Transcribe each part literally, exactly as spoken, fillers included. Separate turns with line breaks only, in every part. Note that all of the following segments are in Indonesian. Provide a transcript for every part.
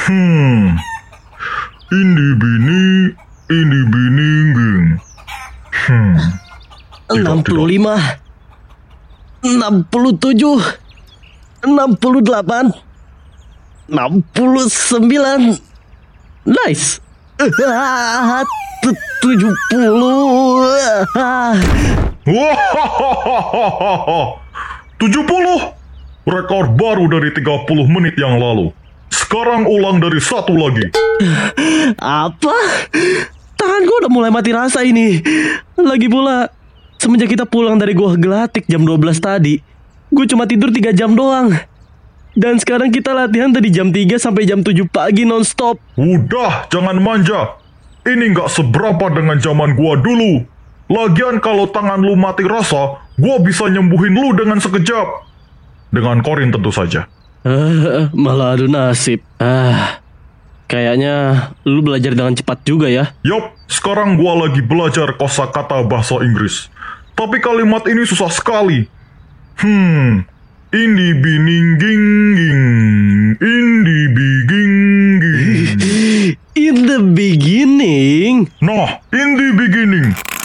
Hmm. Ini bini, ini bini, geng. Hmm.
enam puluh lima, enam puluh tujuh, enam puluh delapan, enam puluh sembilan. Nice. Ah, tu- tujuh puluh. Ah.
Wahahaha. tujuh puluh. Rekor baru dari tiga puluh menit yang lalu. Sekarang ulang dari satu lagi.
Apa? Tangan gue udah mulai mati rasa ini. Lagi pula, semenjak kita pulang dari Gua Gelatik jam dua belas tadi, gue cuma tidur tiga jam doang. Dan sekarang kita latihan dari jam tiga sampai jam tujuh pagi nonstop.
Udah, jangan manja. Ini nggak seberapa dengan zaman gua dulu. Lagian kalau tangan lu mati rasa, gua bisa nyembuhin lu dengan sekejap. Dengan korin tentu saja.
Ah, malah adu nasib. Ah, kayaknya lu belajar dengan cepat juga ya.
Yup, sekarang gua lagi belajar kosakata bahasa Inggris. Tapi kalimat ini susah sekali. Hmm, indi bining ging ging, indi biging ging.
In the beginning.
Nah, in the beginning.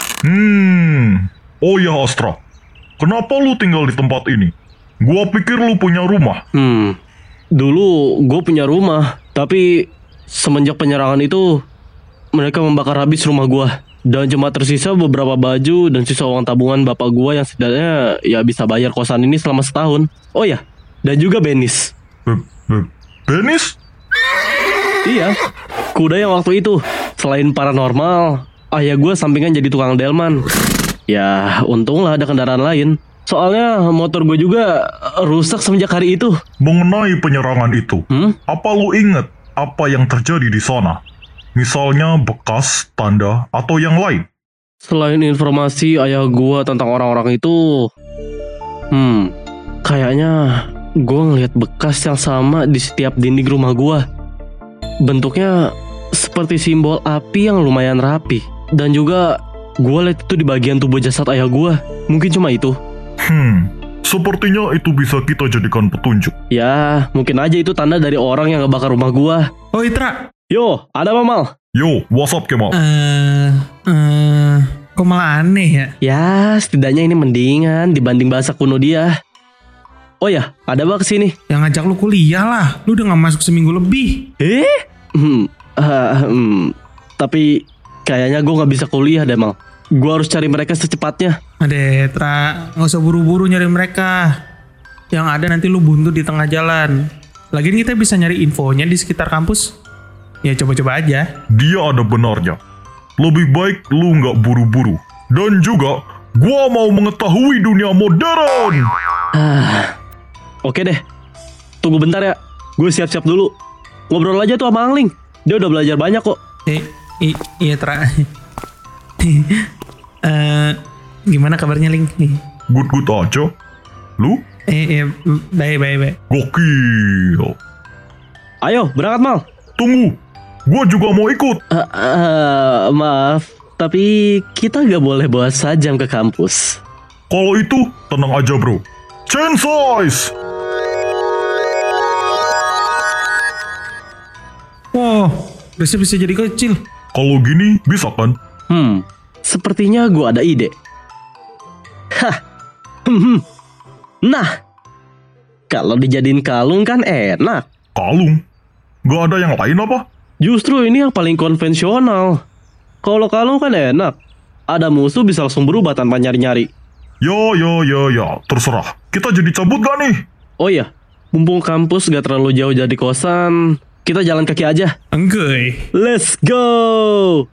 Hmm, oh ya Astra, kenapa lu tinggal di tempat ini? Gua pikir lu punya rumah.
Hmm, dulu gue punya rumah, tapi semenjak penyerangan itu mereka membakar habis rumah gue. Dan cuma tersisa beberapa baju dan sisa uang tabungan bapak gue yang setidaknya ya bisa bayar kosan ini selama setahun. Oh ya, dan juga Benis.
Be- be- Benis?
Iya, kuda yang waktu itu. Selain paranormal, ayah gue sampingan jadi tukang delman. Ya, untunglah ada kendaraan lain. Soalnya motor gue juga rusak semenjak hari itu.
Mengenai penyerangan itu,
Hmm?
apa lu inget apa yang terjadi di sana? Misalnya bekas, tanda, atau yang lain?
Selain informasi ayah gue tentang orang-orang itu, hmm, kayaknya gue ngeliat bekas yang sama di setiap dinding rumah gue. Bentuknya seperti simbol api yang lumayan rapi. Dan juga gue liat itu di bagian tubuh jasad ayah gue. Mungkin cuma itu.
Hmm, sepertinya itu bisa kita jadikan petunjuk.
Ya, mungkin aja itu tanda dari orang yang ngebakar rumah gue.
Oh Itra,
Yo, ada apa Mal?
Yo, what's up Kemal?
eh, eh, kok malah aneh ya?
Ya, setidaknya ini mendingan dibanding bahasa kuno dia. Oh ya, ada apa kesini?
Yang ngajak lu kuliah lah, lu udah gak masuk seminggu lebih.
Eh? Hmm, ah, hmm, tapi kayaknya gue gak bisa kuliah deh Mal. Gue harus cari mereka secepatnya.
Adeh, Tra, gak usah buru-buru nyari mereka. Yang ada nanti lu buntu di tengah jalan. Lagian kita bisa nyari infonya di sekitar kampus. Ya coba-coba aja.
Dia ada benarnya. Lebih baik lu nggak buru-buru. Dan juga, gua mau mengetahui dunia modern.
Ah, oke deh. Tunggu bentar ya. Gue siap-siap dulu. Ngobrol aja tuh sama Angling. Dia udah belajar banyak kok.
Eh, i- iya Tra. Eh, gimana kabarnya Ling?
Good-good aja. Lu?
Eh, eh, baik, baik, baik.
Gokil.
Ayo, berangkat Mal.
Tunggu. Gua juga mau ikut.
Ah, ah, maaf, tapi kita gak boleh bawa sajam ke kampus.
Kalau itu, tenang aja bro. Chain size.
Wow, bisa bisa jadi kecil.
Kalau gini, bisa kan?
Hmm, sepertinya gue ada ide. Hah, hmm, nah, kalau dijadiin kalung kan enak.
Kalung? Gak ada yang lain apa?
Justru ini yang paling konvensional. Kalau kalung kan enak. Ada musuh bisa langsung berubah tanpa nyari-nyari.
Ya, ya, ya, ya. Terserah. Kita jadi cabut gak nih?
Oh iya, mumpung kampus gak terlalu jauh dari kosan, kita jalan kaki aja.
Enggak.
Let's go!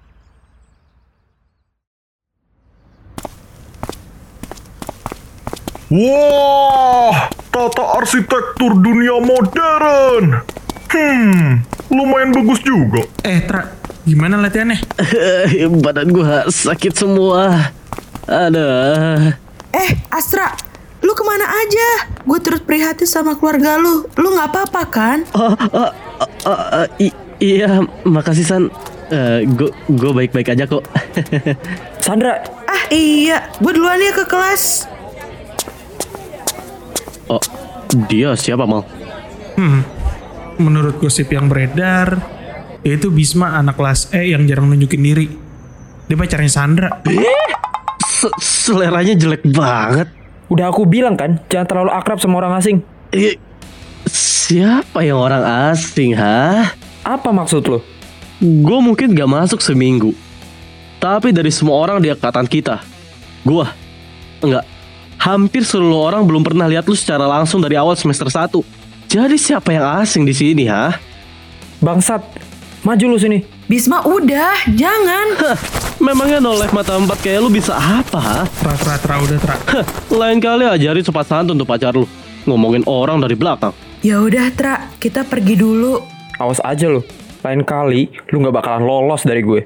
Wah, tata arsitektur dunia modern. Hmm, lumayan bagus juga.
Eh, Tra, gimana latihannya?
Badan gua sakit semua. Ada.
Eh, Astra, lu kemana aja? Gue turut prihatin sama keluarga lu. Lu nggak apa-apa kan?
Oh, oh, oh, oh, oh, i- iya, makasih San. Eh, gue gue baik-baik aja kok.
Sandra,
Ah iya, gue duluan ya ke kelas.
Oh, dia siapa Mal?
Hmm, menurut gosip yang beredar, yaitu Bisma anak kelas E yang jarang nunjukin diri. Dia pacarnya Sandra.
Se- Seleranya jelek banget.
Udah aku bilang kan, jangan terlalu akrab sama orang asing.
Eh, Siapa yang orang asing, ha?
Apa maksud lo?
Gue mungkin gak masuk seminggu, tapi dari semua orang di angkatan kita, gue, enggak, hampir seluruh orang belum pernah lihat lu secara langsung dari awal semester satu. Jadi siapa yang asing di sini, ha?
Bangsat, maju lu sini.
Bisma udah, jangan.
Hah, memangnya noleh mata empat kayak lu bisa apa, ha?
Tra, tra, tra, udah tra.
Hah, lain kali ajarin sopan santun tuh pacar lu, ngomongin orang dari belakang.
Ya udah Tra, kita pergi dulu.
Awas aja lu, lain kali lu gak bakalan lolos dari gue.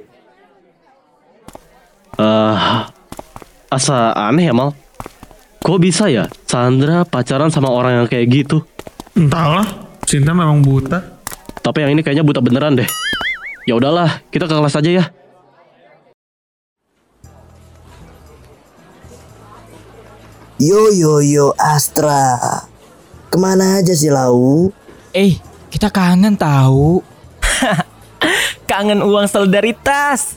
Eh, uh, asa aneh ya, Mal. Kok bisa ya Sandra pacaran sama orang yang kayak gitu?
Entahlah, Sinta memang buta.
Tapi yang ini kayaknya buta beneran deh. Ya udahlah, kita ke kelas aja ya.
Yo yo yo Astra, kemana aja sih Lau?
Eh, kita kangen tahu. Kangen uang solidaritas.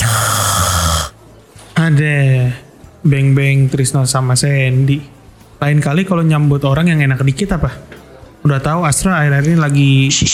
Ada Beng Beng, Trisno sama Sandy. Lain kali kalau nyambut orang yang enak dikit apa? Udah tahu Astra akhir-akhir ini lagi.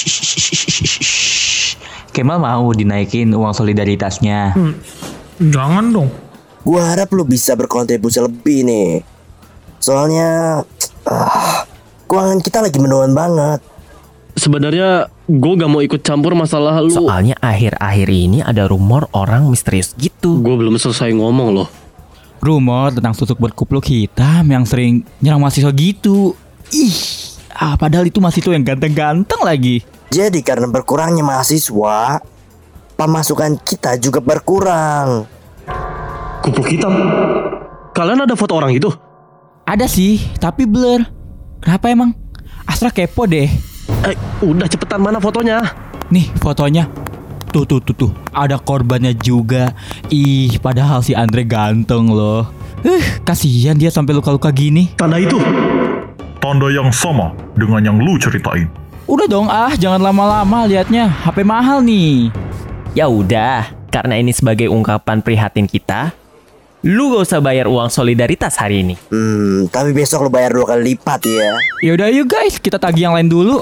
Kemal mau dinaikin uang solidaritasnya.
Hmm, jangan dong.
Gua harap lu bisa berkontribusi lebih nih. Soalnya ah, keuangan kita lagi menurun banget.
Sebenarnya gue gak mau ikut campur masalah lu.
Soalnya akhir-akhir ini ada rumor orang misterius gitu.
Gue belum selesai ngomong loh.
Rumor tentang susuk berkupluk hitam yang sering nyerang mahasiswa gitu. Ih, ah, padahal itu mahasiswa yang ganteng-ganteng lagi.
Jadi karena berkurangnya mahasiswa, pemasukan kita juga berkurang.
Kupluk hitam? Kalian ada foto orang itu?
Ada sih, tapi blur. Kenapa emang? Astra kepo deh.
Eh, udah cepetan, mana fotonya?
Nih fotonya. Tuh tuh tuh tuh, ada korbannya juga. Ih, padahal si Andre ganteng loh. Eh, kasihan dia sampai luka-luka gini.
Tanda itu?
Tanda yang sama dengan yang lu ceritain.
Udah dong ah, jangan lama-lama liatnya. H P mahal nih.
Ya udah, karena ini sebagai ungkapan prihatin kita, lu gak usah bayar uang solidaritas hari ini.
Hmm, tapi besok lu bayar dua kali lipat ya.
Yaudah yuk guys, kita tagih yang lain dulu.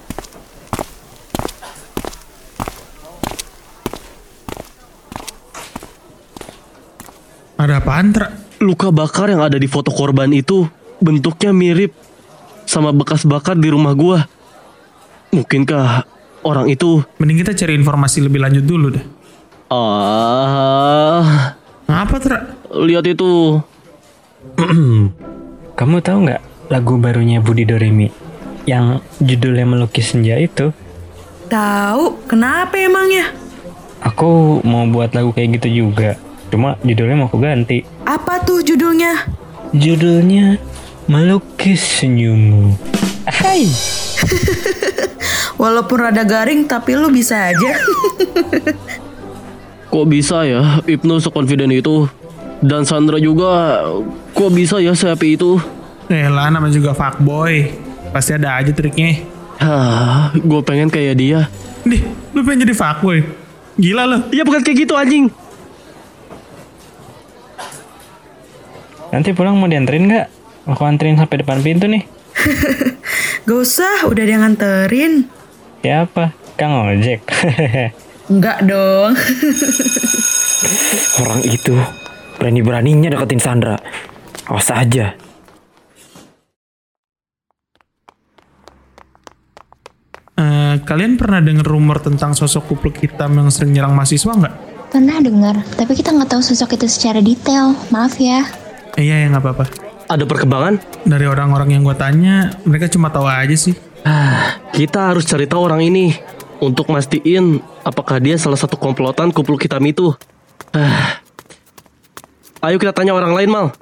Ada apaan, Tra?
Luka bakar yang ada di foto korban itu bentuknya mirip sama bekas bakar di rumah gua. Mungkinkah orang itu...
Mending kita cari informasi lebih lanjut dulu deh.
Ah,
Apa, Tra?
lihat itu.
Kamu tahu nggak lagu barunya Budi Doremi yang judulnya Melukis Senja itu?
Tahu, kenapa emangnya?
Aku mau buat lagu kayak gitu juga, cuma judulnya mau aku ganti.
Apa tuh judulnya?
Judulnya Melukis Senyummu. Hai.
Walaupun rada garing, tapi lu bisa aja.
Kok bisa ya Ibnu sekonfiden itu? Dan Sandra juga, kok bisa ya sehappy itu?
Eh lah, namanya juga fuckboy. Pasti ada aja triknya.
Hah, gue pengen kayak dia.
Dih, lu pengen jadi fuckboy? Gila lu.
Ya bukan kayak gitu anjing.
Nanti pulang mau dianterin nggak? Aku anterin sampai depan pintu nih.
Gak usah, udah dia nganterin.
Siapa? Kang Ojek.
Enggak dong.
Orang itu berani-beraninya deketin Sandra. Awas aja.
Uh, kalian pernah denger rumor tentang sosok kupluk hitam yang sering nyerang mahasiswa nggak?
Pernah dengar, tapi kita nggak tahu sosok itu secara detail. Maaf ya.
Eh, iya ya, nggak apa-apa.
Ada perkembangan?
Dari orang-orang yang gue tanya, mereka cuma tahu aja sih.
Ah, kita harus cari tahu orang ini untuk mastiin apakah dia salah satu komplotan kupluk hitam itu. Ah. Ayo kita tanya orang lain, Mal.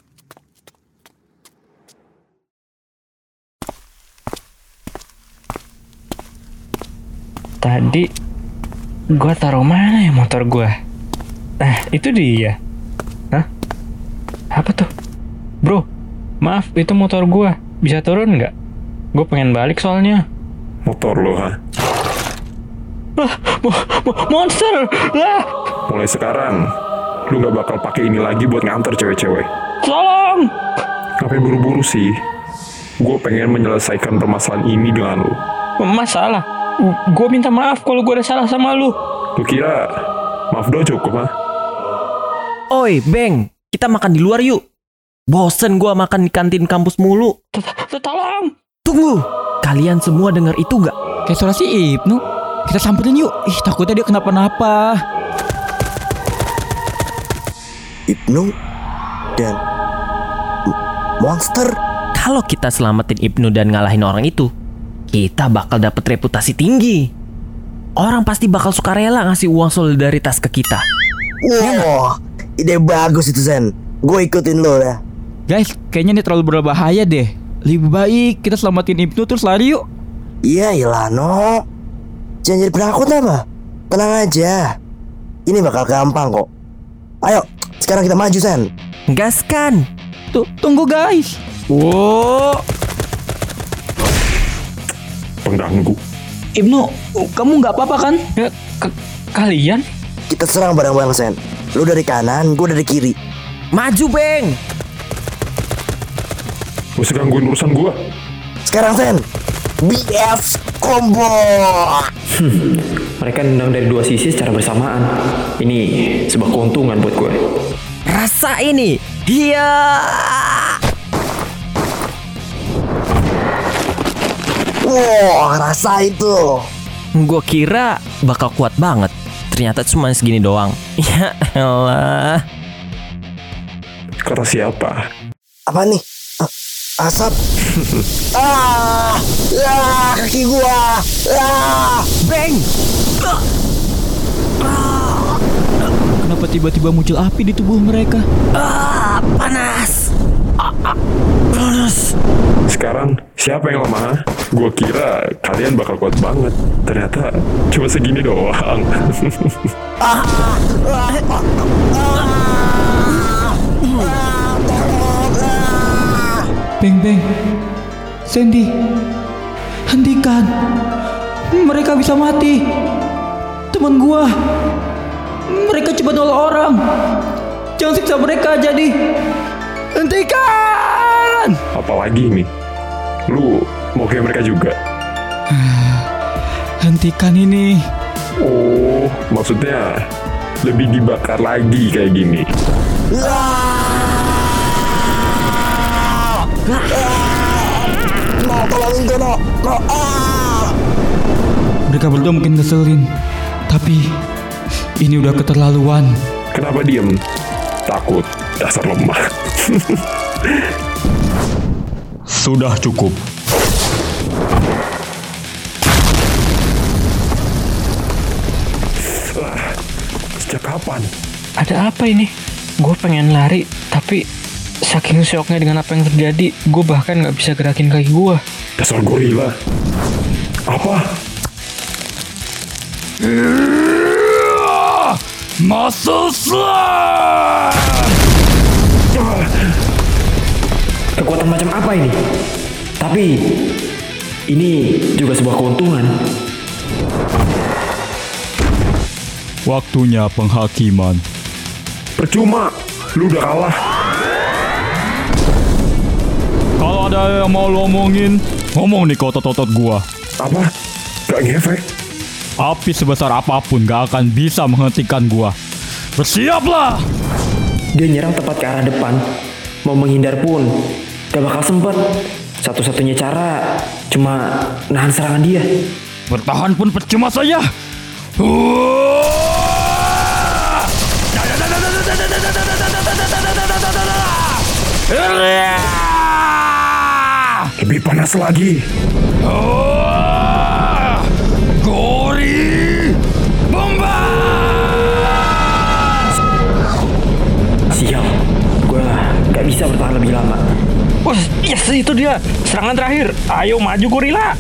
Tadi gua taruh mana ya motor gua? Nah, itu dia. Hah? Apa tuh? Bro, maaf, itu motor gua. Bisa turun nggak? Gue pengen balik soalnya.
Motor lo, ha?
Ah, mo- mo- monster! Ah,
Mulai sekarang, lu gak bakal pakai ini lagi buat nganter cewek-cewek.
tolong!
Ngapain buru-buru sih? Gue pengen menyelesaikan permasalahan ini dengan lu.
Masalah? Gue minta maaf kalau gue ada salah sama lu.
Lu kira maaf doang cukup, ha?
Oi, Beng, kita makan di luar yuk. Bosen gua makan di kantin kampus mulu.
Tolong!
Tunggu, kalian semua dengar itu gak?
Kayak suara si Ibnu. Kita samperin yuk. Ih, takutnya dia kenapa-napa.
Ibnu dan M- monster.
Kalau kita selamatin Ibnu dan ngalahin orang itu, kita bakal dapet reputasi tinggi. Orang pasti bakal sukarela ngasih uang solidaritas ke kita.
Wow, ide bagus itu Zen. Gue ikutin lo ya.
Guys, kayaknya ini terlalu berbahaya deh. Lebih baik kita selamatin Ibnu terus lari yuk.
Iya ilah no. Jangan jadi penakut apa. Tenang aja. Ini bakal gampang kok. Ayo, sekarang kita maju Zen.
Gaskan.
Tuh, tunggu guys.
Wow.
Pengganggu.
Ibnu, kamu nggak apa-apa kan? Ya, k- kalian?
Kita serang bareng-bareng Zen. Lu dari kanan, gue dari kiri.
Maju, Beng.
Gak usah gangguin urusan gue.
Sekarang Zen, B F Combo.
Hmm, mereka nendang dari dua sisi secara bersamaan. Ini sebuah keuntungan buat gue.
Rasa ini. Iya.
Wow, rasa itu.
Gue kira bakal kuat banget. Ternyata cuma segini doang. Ya elah.
Kata siapa?
Apa nih? Ah, asap. ah, ah, kaki gua. Ah.
Beng.
Kenapa tiba-tiba muncul api di tubuh mereka?
Ah, panas. Ah, ah, panas.
Sekarang siapa yang lemah? Gue kira kalian bakal kuat banget. Ternyata cuma segini doang.
Ah, ah, ah, ah, ah.
Beng, Beng. Sandy. Hentikan. Mereka bisa mati. Teman gua. Mereka cuma nolong orang. Jangan siksa mereka jadi. Hentikan.
Apalagi nih? Lu mau kayak mereka juga?
Hentikan ini.
Oh, maksudnya lebih dibakar lagi kayak gini.
No, tolongin gue, no. No, ah.
Mereka berdua mungkin ngeselin, tapi ini udah keterlaluan.
Kenapa diem? Takut, dasar lemah.
Sudah cukup.
Sejak kapan?
Ada apa ini? Gue pengen lari, tapi saking syoknya dengan apa yang terjadi, gue bahkan nggak bisa gerakin kaki gue.
Dasar gorila. Apa?
Muscle Slam!
Kekuatan macam apa ini? Tapi ini juga sebuah keuntungan.
Waktunya penghakiman.
Percuma, lu udah kalah.
Kalau ada yang mau lo omongin, ngomong nih ke otot-otot gua.
Apa? Gak ngefek?
Api sebesar apapun gak akan bisa menghentikan gua. Bersiaplah!
Dia nyerang tepat ke arah depan. Mau menghindar pun gak bakal sempet. Satu-satunya cara cuma nahan serangan dia.
Bertahan pun percuma saja.
Lebih panas lagi.
Gori Bombas!
Sial, gue gak bisa bertahan lebih lama.
Wah, yes, itu dia. Serangan terakhir. Ayo maju gorila.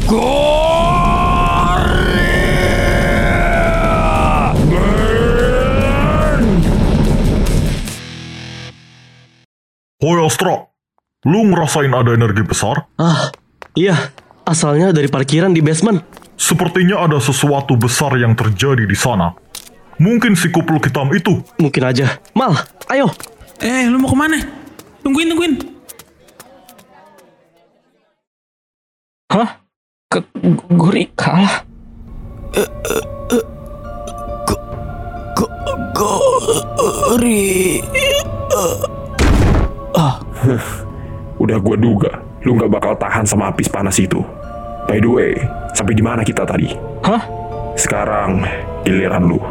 Hoi Astra, lu ngerasain ada energi besar?
Ah, iya. asalnya dari parkiran di basement.
Sepertinya ada sesuatu besar yang terjadi di sana. Mungkin si kupluk hitam itu.
Mungkin aja. Mal, ayo.
Eh, lu mau kemana? Tungguin, tungguin.
Hah? Ke Gori kalah?
Gori.
Ah. Udah gua duga, lu nggak bakal tahan sama api panas itu. By the way, sampai di mana kita tadi?
Hah?
Sekarang giliran lu.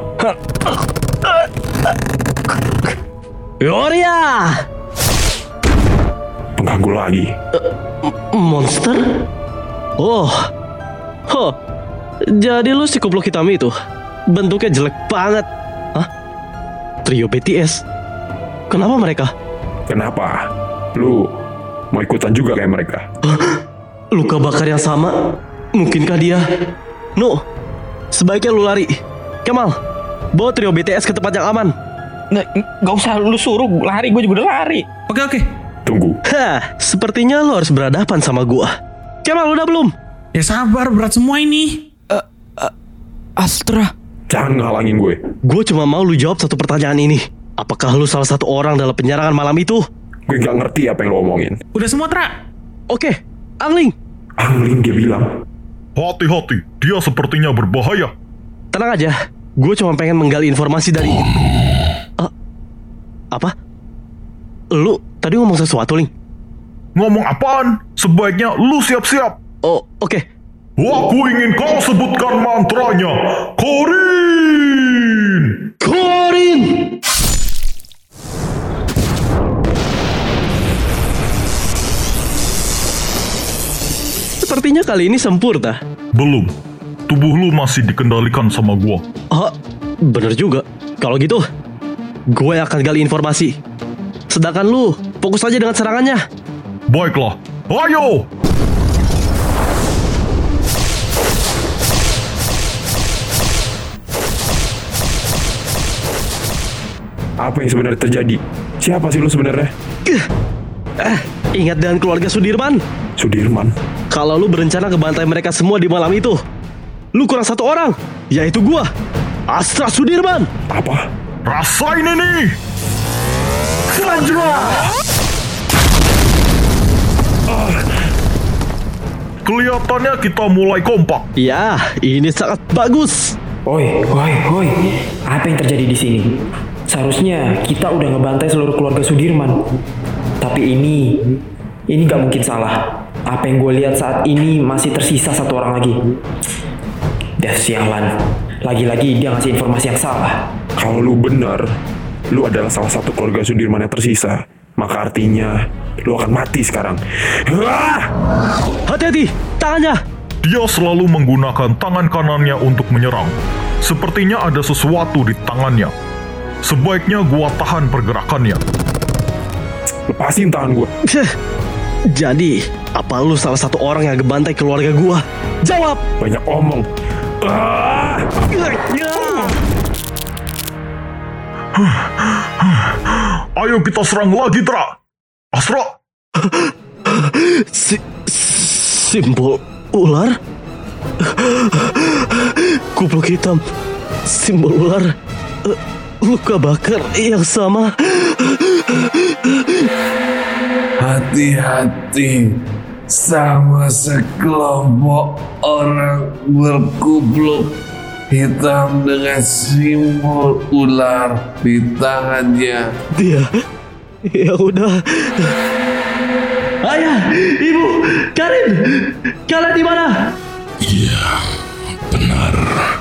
Gloria!
Pengganggu lagi.
Uh, monster? Oh, huh. Jadi lu si kupluk hitam itu bentuknya jelek banget. Hah? Trio B T S? Kenapa mereka?
Kenapa? Lu mau ikutan juga kayak mereka?
Luka bakar yang sama? Mungkinkah dia? No, sebaiknya lu lari. Kemal, bawa trio B T S ke tempat yang aman.
Nggak, nggak usah lu suruh lari, gue juga udah lari.
Oke, oke.
Tunggu.
Hah, sepertinya lu harus berhadapan sama gua. Kemal, udah belum?
Ya sabar, berat semua ini.
Uh, uh, Astra.
Jangan ngalangin gue.
Gue cuma mau lu jawab satu pertanyaan ini. Apakah lu salah satu orang dalam penyerangan malam itu?
Gue gak ngerti apa yang lo omongin.
Udah semua, Tra.
Oke, Angling.
Angling dia bilang.
Hati-hati, dia sepertinya berbahaya.
Tenang aja, gue cuma pengen menggali informasi dari... Uh, apa? Lu tadi ngomong sesuatu, Ling?
Ngomong apaan? Sebaiknya lu siap-siap.
Oh, oke. Okay.
Aku ingin kau sebutkan mantranya. Korin!
Korin! Sepertinya kali ini sempurna.
Belum. Tubuh lu masih dikendalikan sama gua.
Ah, bener juga. Kalau gitu, gue akan gali informasi. Sedangkan lu, fokus aja dengan serangannya.
Baiklah, ayo!
Apa yang sebenarnya terjadi? Siapa sih lu sebenarnya?
Eh, ingat dengan keluarga Sudirman?
Sudirman?
Kalau lu berencana ngebantai mereka semua di malam itu, lu kurang satu orang, yaitu gua, Astra Sudirman.
Apa?
Rasain ini! Kajra! Ah. Kelihatannya kita mulai kompak.
Ya, ini sangat bagus.
Oi, oi, oi. Apa yang terjadi di sini? Seharusnya kita udah ngebantai seluruh keluarga Sudirman. Tapi ini, ini gak mungkin salah. Apa yang gue lihat saat ini masih tersisa satu orang lagi. Dah sialan. Lagi-lagi dia ngasih informasi yang salah.
Kalau lu benar, lu adalah salah satu keluarga Sudirman yang tersisa. Maka artinya, lu akan mati sekarang.
Hati-hati, tangannya.
Dia selalu menggunakan tangan kanannya untuk menyerang. Sepertinya ada sesuatu di tangannya. Sebaiknya gua tahan pergerakannya.
Lepasin tangan gua.
Jadi, apa lu salah satu orang yang ngebantai keluarga gua? Jawab!
Banyak omong. Ah!
Ayo kita serang lagi, Tra. Astra.
Si simbol ular? Kupluk hitam. Simbol ular. Uh, luka bakar yang sama.
Hati-hati sama sekelompok orang berkupluk hitam dengan simbol ular di tangannya.
Dia, ya udah. Ayah, ibu, Karin, kalian di mana?
Iya, benar.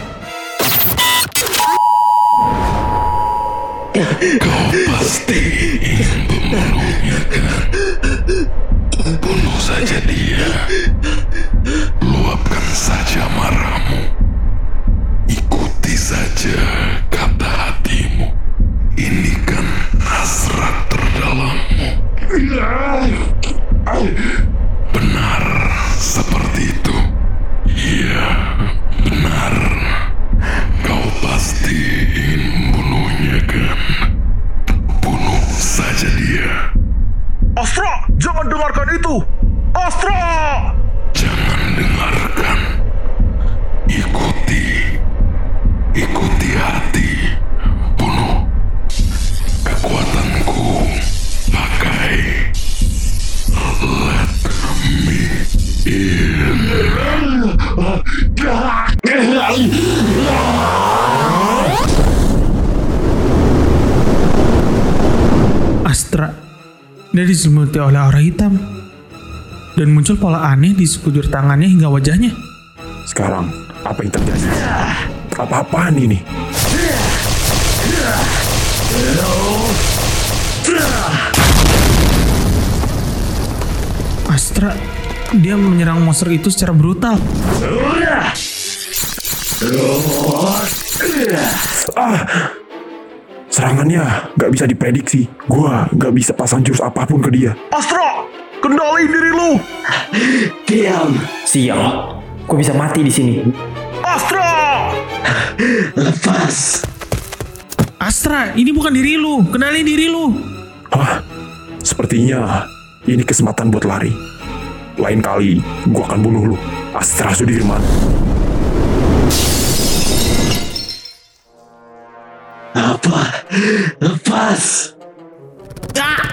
Kau pasti ingin membunuhnya, kan? Bunuh saja dia. Luapkan saja marahmu. Ikuti saja kata hatimu. Ini kan hasrat terdalammu. Benar seperti itu. Iya, benar. Kau pasti ingin membunuhnya, kan? Bunuh saja dia.
Astra, jangan dengarkan itu. Astra!
Jangan dengarkan.
Astra, dia diselimuti oleh aura hitam. Dan muncul pola aneh di sekujur tangannya hingga wajahnya.
Sekarang, apa yang terjadi? Apa-apaan ini?
Astra, dia menyerang monster itu secara brutal.
Ah, serangannya gak bisa diprediksi. Gua gak bisa pasang jurus apapun ke dia.
Astra, kendali diri lu.
Diam. Sial, gua bisa mati di sini.
Astra,
lepas.
Astra, ini bukan diri lu. Kendali diri lu.
Hah? Sepertinya ini kesempatan buat lari. Lain kali, gua akan bunuh lu, Astra Sudirman.
Apa? Lepas.
Ah!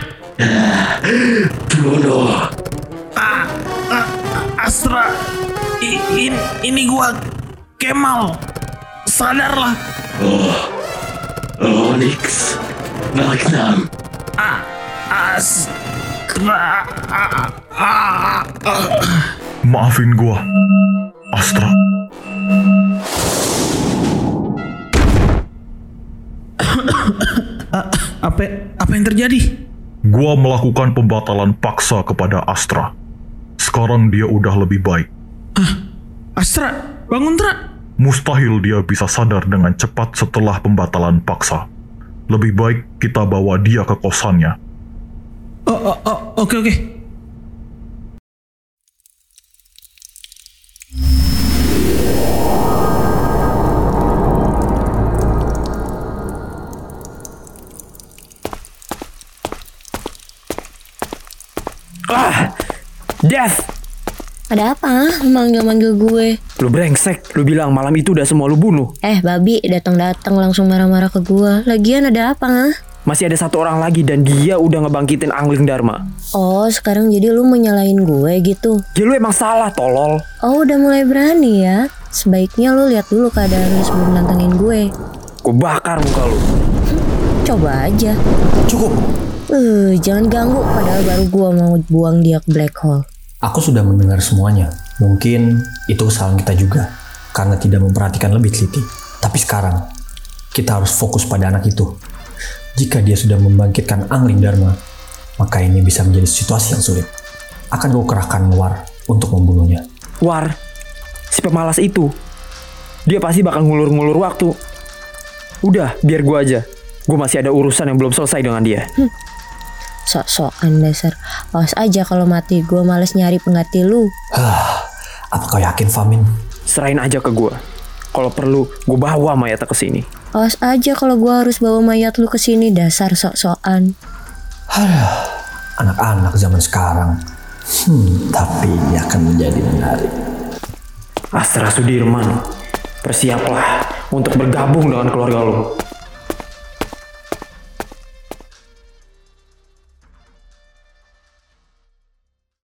Bunuh.
Ah, ah, Astra, I, in, ini gua Kemal. Sadarlah.
Oh, Onyx Magnum.
Ah, Astra. Ah, ah, ah.
Maafin gua, Astra.
apa apa yang terjadi?
Gua melakukan pembatalan paksa kepada Astra. Sekarang dia udah lebih baik.
Ah, Astra, bangun, Tra.
Mustahil dia bisa sadar dengan cepat setelah pembatalan paksa. Lebih baik kita bawa dia ke kosannya.
Oh, oh, oh, oke, oke.
Ah, Death.
Ada apa? Manggil-manggil gue.
Lu brengsek, lu bilang malam itu udah semua lu bunuh.
Eh, babi datang-datang langsung marah-marah ke gue. Lagian ada apa, ha?
Masih ada satu orang lagi dan dia udah ngebangkitin Angling Dharma.
Oh, sekarang jadi lu mau nyalain gue gitu?
Ya lu emang salah, tolol.
Oh, udah mulai berani ya? Sebaiknya lu lihat dulu keadaan lu sebelum nantangin gue.
Gue bakar muka lu.
Coba aja.
Cukup.
Uh, jangan ganggu, padahal baru gue mau buang dia ke black hole.
Aku sudah mendengar semuanya. Mungkin itu kesalahan kita juga, karena tidak memperhatikan lebih teliti. Tapi sekarang, kita harus fokus pada anak itu. Jika dia sudah membangkitkan Angling Dharma, maka ini bisa menjadi situasi yang sulit. Akan gue kerahkan War untuk membunuhnya.
War? Si pemalas itu? Dia pasti bakal ngulur-ngulur waktu. Udah, biar gue aja. Gue masih ada urusan yang belum selesai dengan dia.
Hmm. Sok-sokan dasar. Awas aja kalau mati, gue males nyari pengganti lu.
Apa kau yakin, Famin?
Serahin aja ke gue. Kalau perlu, gue bawa mayatnya ke sini.
Awas aja kalau gue harus bawa mayat lu ke sini, dasar sok-sokan.
Anak-anak zaman sekarang. Hmm, tapi ini akan menjadi menarik.
Astra Sudirman, bersiaplah untuk bergabung dengan keluarga lu.